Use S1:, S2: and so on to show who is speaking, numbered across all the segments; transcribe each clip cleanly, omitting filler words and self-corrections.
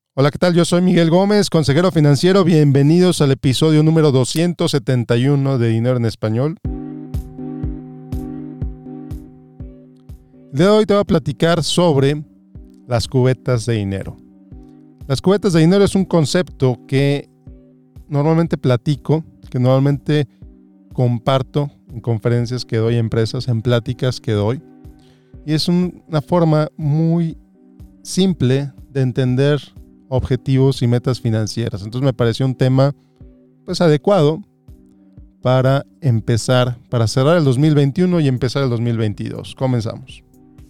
S1: Hola, ¿qué tal? Yo soy Miguel Gómez, consejero financiero. Bienvenidos al episodio número 271 de Dinero en Español. El día de hoy te voy a platicar sobre las cubetas de dinero. Las cubetas de dinero es un concepto que normalmente platico, que normalmente comparto en conferencias que doy a empresas, en pláticas que doy. Y es una forma muy simple de entender objetivos y metas financieras. Entonces me pareció un tema adecuado para empezar, para cerrar el 2021 y empezar el 2022. Comenzamos.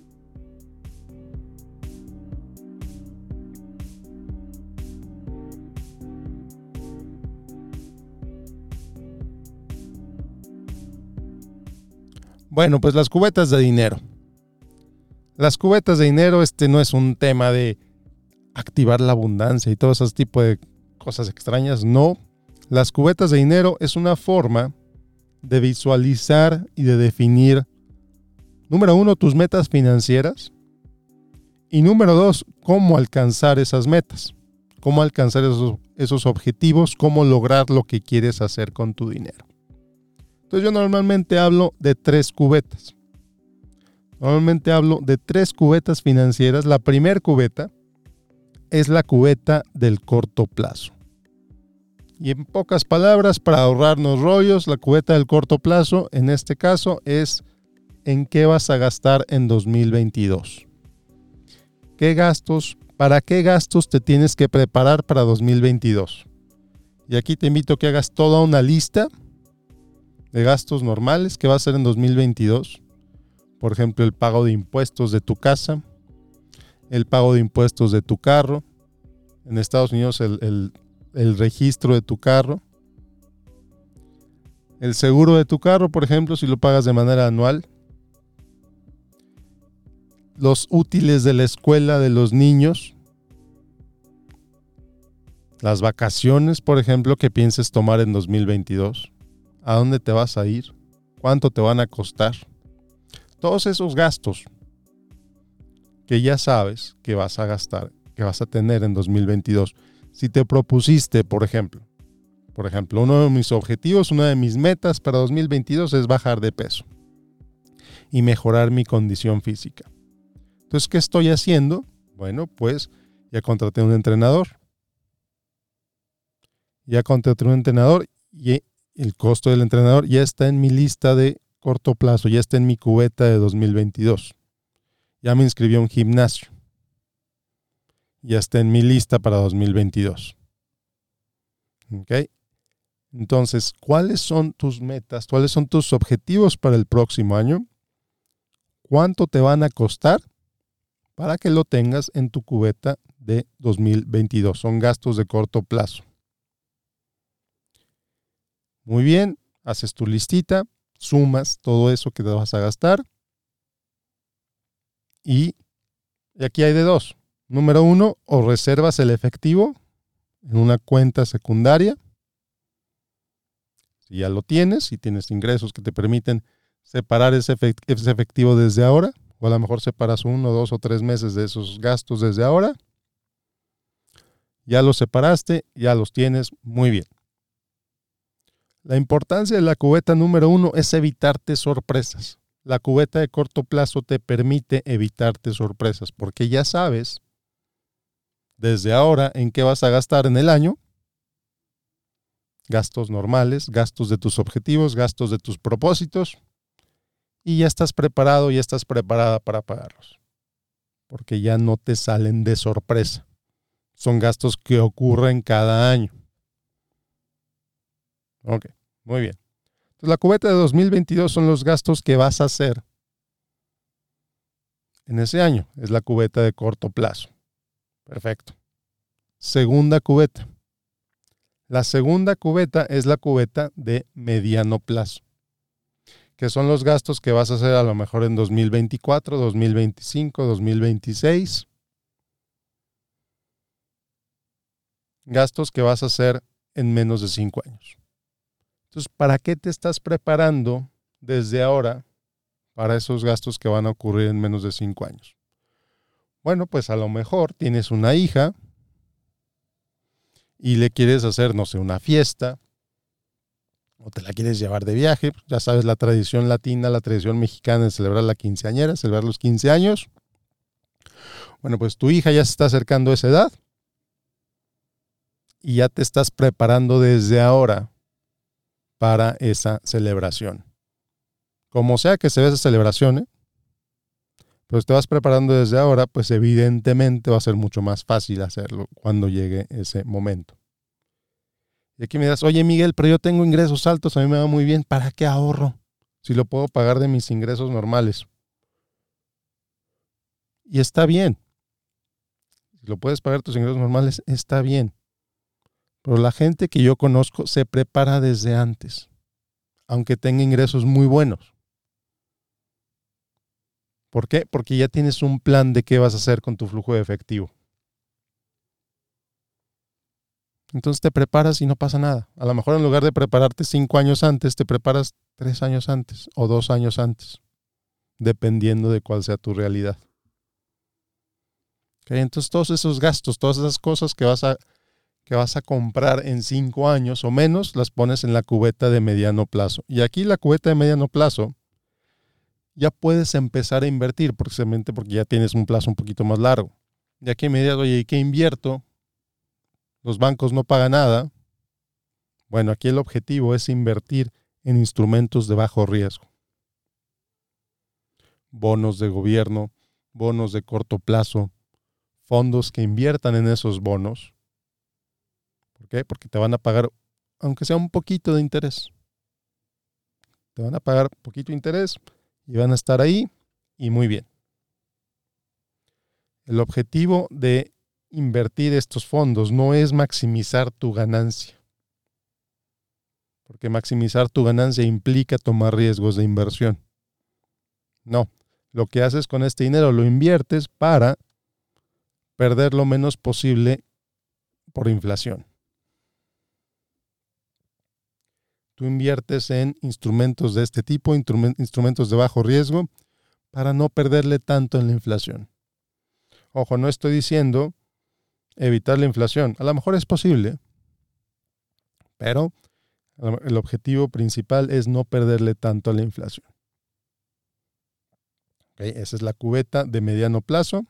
S1: Bueno, pues las cubetas de dinero. Las cubetas de dinero, no es un tema de activar la abundancia y todo ese tipo de cosas extrañas. No, las cubetas de dinero es una forma de visualizar y de definir, número uno, tus metas financieras y número dos, cómo alcanzar esas metas, cómo alcanzar esos objetivos, cómo lograr lo que quieres hacer con tu dinero. Entonces yo normalmente hablo de tres cubetas. Normalmente hablo de tres cubetas financieras. La primera cubeta es la cubeta del corto plazo. Y en pocas palabras, para ahorrarnos rollos, la cubeta del corto plazo, en este caso, es en qué vas a gastar en 2022. ¿Para qué gastos te tienes que preparar para 2022? Y aquí te invito a que hagas toda una lista de gastos normales que va a hacer en 2022. Por ejemplo, el pago de impuestos de tu casa, el pago de impuestos de tu carro, en Estados Unidos el registro de tu carro, el seguro de tu carro, por ejemplo, si lo pagas de manera anual, los útiles de la escuela de los niños, las vacaciones, por ejemplo, que pienses tomar en 2022, a dónde te vas a ir, cuánto te van a costar, todos esos gastos que ya sabes que vas a gastar, que vas a tener en 2022. Si te propusiste, por ejemplo, uno de mis objetivos, una de mis metas para 2022 es bajar de peso y mejorar mi condición física. Entonces, ¿qué estoy haciendo? Bueno, pues ya contraté un entrenador. Y el costo del entrenador ya está en mi lista de corto plazo, ya está en mi cubeta de 2022. Ya me inscribí a un gimnasio. Ya está en mi lista para 2022. ¿Ok? Entonces, ¿cuáles son tus metas? ¿Cuáles son tus objetivos para el próximo año? ¿Cuánto te van a costar para que lo tengas en tu cubeta de 2022? Son gastos de corto plazo. Muy bien, haces tu listita, sumas todo eso que te vas a gastar. Y aquí hay de dos. Número uno, o reservas el efectivo en una cuenta secundaria. Si ya lo tienes, si tienes ingresos que te permiten separar ese efectivo desde ahora, o a lo mejor separas 1, 2 o 3 meses de esos gastos desde ahora. Ya los separaste, ya los tienes, muy bien. La importancia de la cubeta número uno es evitarte sorpresas. La cubeta de corto plazo te permite evitarte sorpresas porque ya sabes desde ahora en qué vas a gastar en el año. Gastos normales, gastos de tus objetivos, gastos de tus propósitos. Y ya estás preparado, ya estás preparada para pagarlos. Porque ya no te salen de sorpresa. Son gastos que ocurren cada año. Ok, muy bien. Entonces, la cubeta de 2022 son los gastos que vas a hacer en ese año. Es la cubeta de corto plazo. Perfecto. Segunda cubeta. La segunda cubeta es la cubeta de mediano plazo, que son los gastos que vas a hacer a lo mejor en 2024, 2025, 2026. Gastos que vas a hacer en menos de 5 años. Entonces, ¿para qué te estás preparando desde ahora para esos gastos que van a ocurrir en menos de 5 años? Bueno, pues a lo mejor tienes una hija y le quieres hacer, no sé, una fiesta, o te la quieres llevar de viaje, ya sabes la tradición latina, la tradición mexicana de celebrar la quinceañera, celebrar los 15 años. Bueno, pues tu hija ya se está acercando a esa edad y ya te estás preparando desde ahora para esa celebración. Como sea que se ve esa celebración, pero te vas preparando desde ahora, pues evidentemente va a ser mucho más fácil hacerlo cuando llegue ese momento. Y aquí me dirás, oye Miguel, pero yo tengo ingresos altos, a mí me va muy bien, ¿para qué ahorro? Si lo puedo pagar de mis ingresos normales. Y está bien. Si lo puedes pagar de tus ingresos normales, está bien. Pero la gente que yo conozco se prepara desde antes, aunque tenga ingresos muy buenos. ¿Por qué? Porque ya tienes un plan de qué vas a hacer con tu flujo de efectivo. Entonces te preparas y no pasa nada. A lo mejor en lugar de prepararte 5 años antes, te preparas 3 años antes o 2 años antes, dependiendo de cuál sea tu realidad. ¿Okay? Entonces todos esos gastos, todas esas cosas que vas a comprar en 5 años o menos, las pones en la cubeta de mediano plazo. Y aquí la cubeta de mediano plazo, ya puedes empezar a invertir, precisamente porque ya tienes un plazo un poquito más largo. Y aquí me dirás, oye, ¿y qué invierto? Los bancos no pagan nada. Bueno, aquí el objetivo es invertir en instrumentos de bajo riesgo. Bonos de gobierno, bonos de corto plazo, fondos que inviertan en esos bonos. ¿Por qué? Porque te van a pagar, aunque sea un poquito de interés. Te van a pagar un poquito de interés y van a estar ahí y muy bien. El objetivo de invertir estos fondos no es maximizar tu ganancia, porque maximizar tu ganancia implica tomar riesgos de inversión. No, lo que haces con este dinero lo inviertes para perder lo menos posible por inflación. Tú inviertes en instrumentos de este tipo, instrumentos de bajo riesgo, para no perderle tanto en la inflación. Ojo, no estoy diciendo evitar la inflación. A lo mejor es posible, pero el objetivo principal es no perderle tanto a la inflación. ¿Okay? Esa es la cubeta de mediano plazo.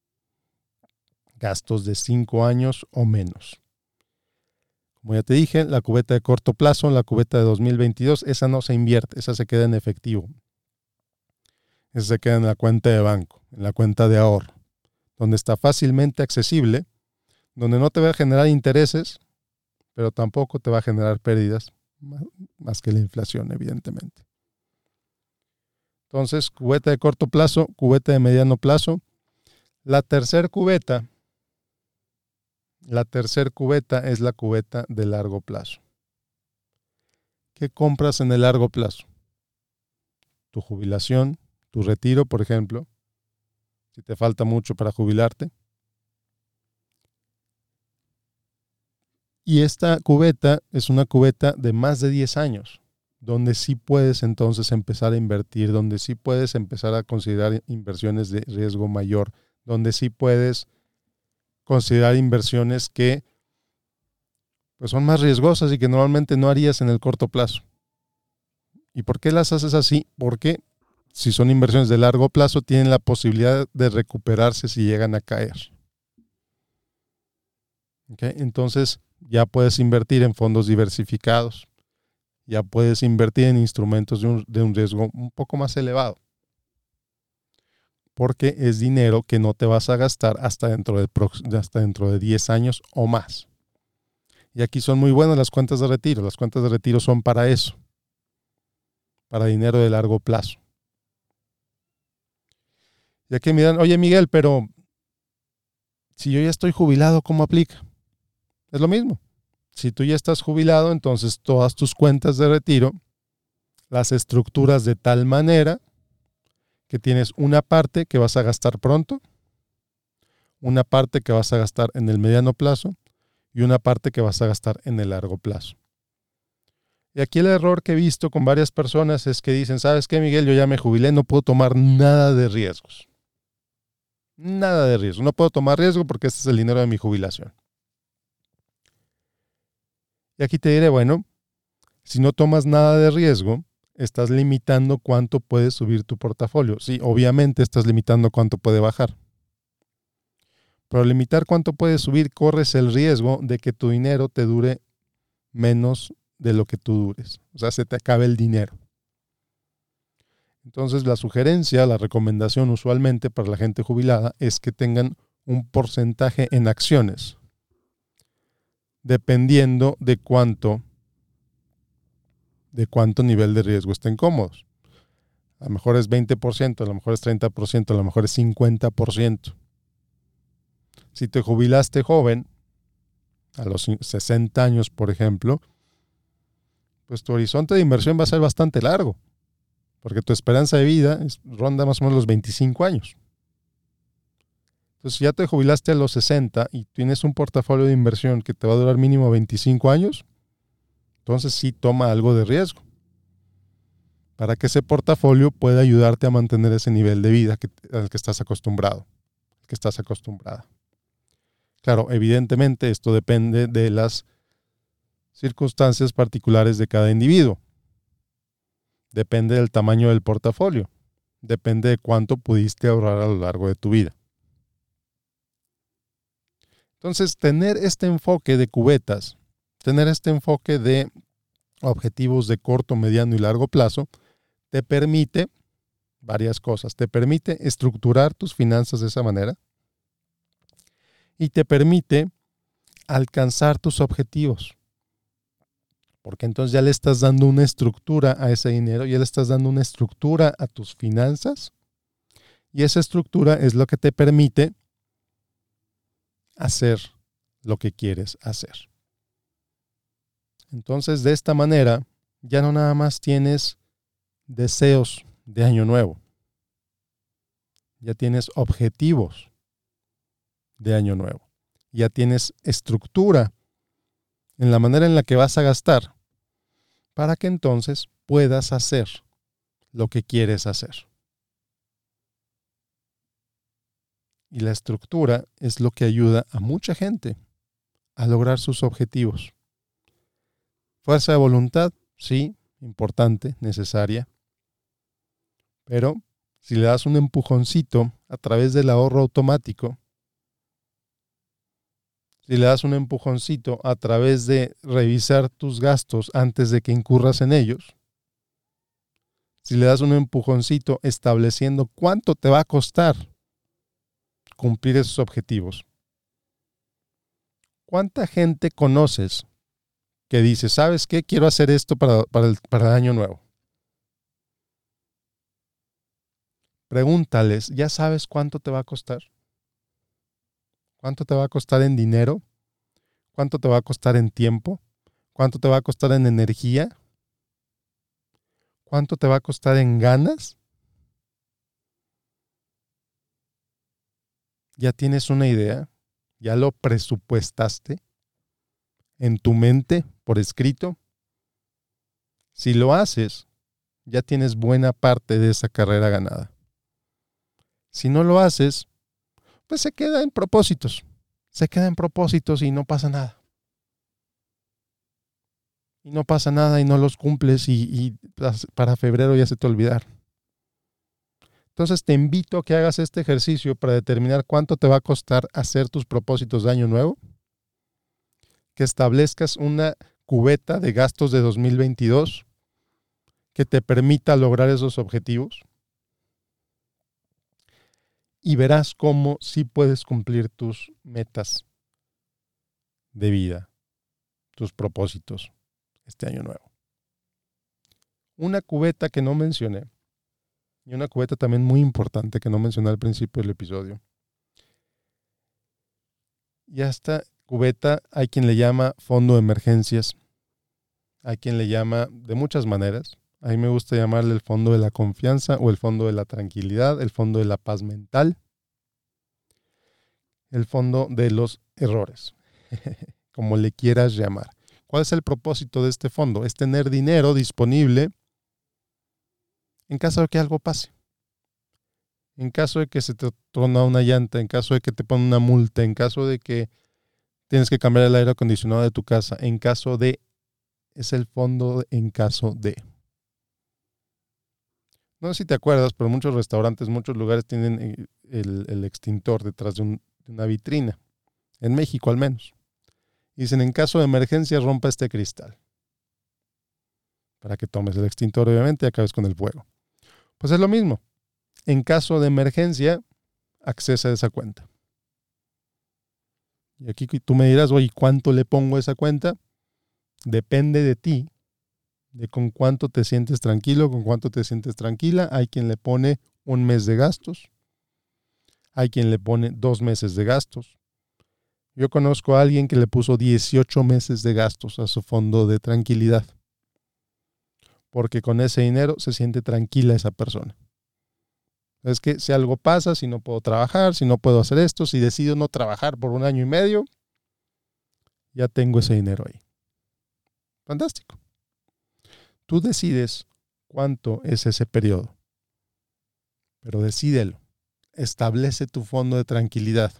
S1: Gastos de 5 años o menos. Como ya te dije, la cubeta de corto plazo, la cubeta de 2022, esa no se invierte, esa se queda en efectivo. Esa se queda en la cuenta de banco, en la cuenta de ahorro, donde está fácilmente accesible, donde no te va a generar intereses, pero tampoco te va a generar pérdidas, más que la inflación, evidentemente. Entonces, cubeta de corto plazo, cubeta de mediano plazo. La tercer cubeta es la cubeta de largo plazo. ¿Qué compras en el largo plazo? Tu jubilación, tu retiro, por ejemplo, si te falta mucho para jubilarte. Y esta cubeta es una cubeta de más de 10 años, donde sí puedes entonces empezar a invertir, donde sí puedes empezar a considerar inversiones de riesgo mayor, donde sí puedes considerar inversiones que pues, son más riesgosas y que normalmente no harías en el corto plazo. ¿Y por qué las haces así? Porque si son inversiones de largo plazo, tienen la posibilidad de recuperarse si llegan a caer. ¿Okay? Entonces, ya puedes invertir en fondos diversificados, ya puedes invertir en instrumentos de un riesgo un poco más elevado, porque es dinero que no te vas a gastar hasta dentro de 10 años o más. Y aquí son muy buenas las cuentas de retiro. Las cuentas de retiro son para eso, para dinero de largo plazo. Y aquí me dirán, oye Miguel, pero si yo ya estoy jubilado, ¿cómo aplica? Es lo mismo. Si tú ya estás jubilado, entonces todas tus cuentas de retiro las estructuras de tal manera que tienes una parte que vas a gastar pronto, una parte que vas a gastar en el mediano plazo y una parte que vas a gastar en el largo plazo. Y aquí el error que he visto con varias personas es que dicen, ¿sabes qué, Miguel? Yo ya me jubilé, no puedo tomar nada de riesgos. Nada de riesgo. No puedo tomar riesgo porque este es el dinero de mi jubilación. Y aquí te diré, bueno, si no tomas nada de riesgo, estás limitando cuánto puede subir tu portafolio. Sí, obviamente estás limitando cuánto puede bajar. Pero al limitar cuánto puede subir, corres el riesgo de que tu dinero te dure menos de lo que tú dures. O sea, se te acabe el dinero. Entonces, la sugerencia, la recomendación usualmente para la gente jubilada es que tengan un porcentaje en acciones, dependiendo de cuánto nivel de riesgo estén cómodos. A lo mejor es 20%, a lo mejor es 30%, a lo mejor es 50%. Si te jubilaste joven, a los 60 años, por ejemplo, pues tu horizonte de inversión va a ser bastante largo, porque tu esperanza de vida ronda más o menos los 25 años. Entonces, si ya te jubilaste a los 60 y tienes un portafolio de inversión que te va a durar mínimo 25 años, entonces sí toma algo de riesgo para que ese portafolio pueda ayudarte a mantener ese nivel de vida al que estás acostumbrado, que estás acostumbrada. Claro, evidentemente esto depende de las circunstancias particulares de cada individuo. Depende del tamaño del portafolio. Depende de cuánto pudiste ahorrar a lo largo de tu vida. Entonces, tener este enfoque de cubetas, tener este enfoque de objetivos de corto, mediano y largo plazo, te permite varias cosas. Te permite estructurar tus finanzas de esa manera y te permite alcanzar tus objetivos. Porque entonces ya le estás dando una estructura a ese dinero, ya le estás dando una estructura a tus finanzas y esa estructura es lo que te permite hacer lo que quieres hacer. Entonces, de esta manera, ya no nada más tienes deseos de año nuevo, ya tienes objetivos de año nuevo, ya tienes estructura en la manera en la que vas a gastar para que entonces puedas hacer lo que quieres hacer. Y la estructura es lo que ayuda a mucha gente a lograr sus objetivos. Fuerza de voluntad, sí, importante, necesaria. Pero si le das un empujoncito a través del ahorro automático, si le das un empujoncito a través de revisar tus gastos antes de que incurras en ellos, si le das un empujoncito estableciendo cuánto te va a costar cumplir esos objetivos. ¿Cuánta gente conoces que dice, ¿sabes qué? Quiero hacer esto para el año nuevo. Pregúntales, ¿ya sabes cuánto te va a costar? ¿Cuánto te va a costar en dinero? ¿Cuánto te va a costar en tiempo? ¿Cuánto te va a costar en energía? ¿Cuánto te va a costar en ganas? ¿Ya tienes una idea? ¿Ya lo presupuestaste en tu mente, por escrito? Si lo haces, ya tienes buena parte de esa carrera ganada. Si no lo haces, pues se queda en propósitos. Se queda en propósitos y no pasa nada. Y no pasa nada y no los cumples y para febrero ya se te olvidaron. Entonces te invito a que hagas este ejercicio para determinar cuánto te va a costar hacer tus propósitos de año nuevo, que establezcas una cubeta de gastos de 2022 que te permita lograr esos objetivos y verás cómo sí puedes cumplir tus metas de vida, tus propósitos este año nuevo. Una cubeta que no mencioné y una cubeta también muy importante que no mencioné al principio del episodio. Y a esta cubeta hay quien le llama fondo de emergencias, hay quien le llama de muchas maneras. A mí me gusta llamarle el fondo de la confianza o el fondo de la tranquilidad, el fondo de la paz mental, el fondo de los errores, como le quieras llamar. ¿Cuál es el propósito de este fondo? Es tener dinero disponible en caso de que algo pase. En caso de que se te trona una llanta, en caso de que te ponen una multa, en caso de que tienes que cambiar el aire acondicionado de tu casa, en caso de es el fondo en caso de. No sé si te acuerdas, pero muchos restaurantes, muchos lugares tienen el extintor detrás de una vitrina. En México al menos. Dicen, en caso de emergencia, rompa este cristal. Para que tomes el extintor, obviamente, y acabes con el fuego. Pues es lo mismo. En caso de emergencia, accesa a esa cuenta. Y aquí tú me dirás, oye, ¿cuánto le pongo a esa cuenta? Depende de ti, de con cuánto te sientes tranquilo, con cuánto te sientes tranquila. Hay quien le pone 1 mes de gastos. Hay quien le pone 2 meses de gastos. Yo conozco a alguien que le puso 18 meses de gastos a su fondo de tranquilidad. Porque con ese dinero se siente tranquila esa persona. Es que si algo pasa, si no puedo trabajar, si no puedo hacer esto, si decido no trabajar por 1 año y medio, ya tengo ese dinero ahí. Fantástico. Tú decides cuánto es ese periodo. Pero decídelo. Establece tu fondo de tranquilidad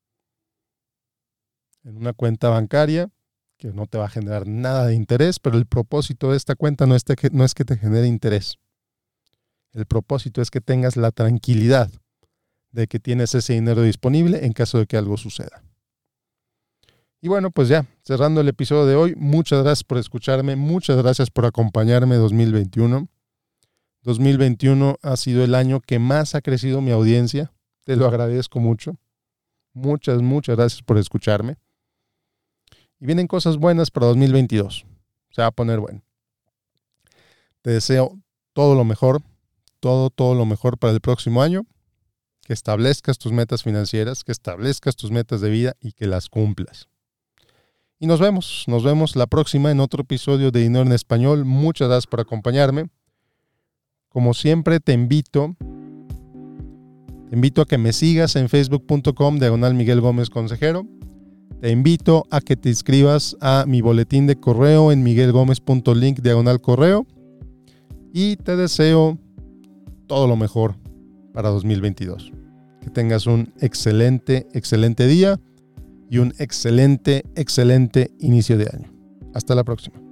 S1: en una cuenta bancaria que no te va a generar nada de interés, pero el propósito de esta cuenta no es que te genere interés. El propósito es que tengas la tranquilidad de que tienes ese dinero disponible en caso de que algo suceda. Y bueno, pues ya, cerrando el episodio de hoy, muchas gracias por escucharme, muchas gracias por acompañarme 2021. 2021 ha sido el año que más ha crecido mi audiencia, te lo agradezco mucho. Muchas gracias por escucharme. Y vienen cosas buenas para 2022. Se va a poner bueno. Te deseo todo lo mejor, todo lo mejor para el próximo año. Que establezcas tus metas financieras, que establezcas tus metas de vida y que las cumplas. Y nos vemos la próxima en otro episodio de Dinero en Español. Muchas gracias por acompañarme. Como siempre te invito a que me sigas en facebook.com/Miguel Gómez Consejero. Te invito a que te inscribas a mi boletín de correo en miguelgomez.link/correo y te deseo todo lo mejor para 2022. Que tengas un excelente día y un excelente inicio de año. Hasta la próxima.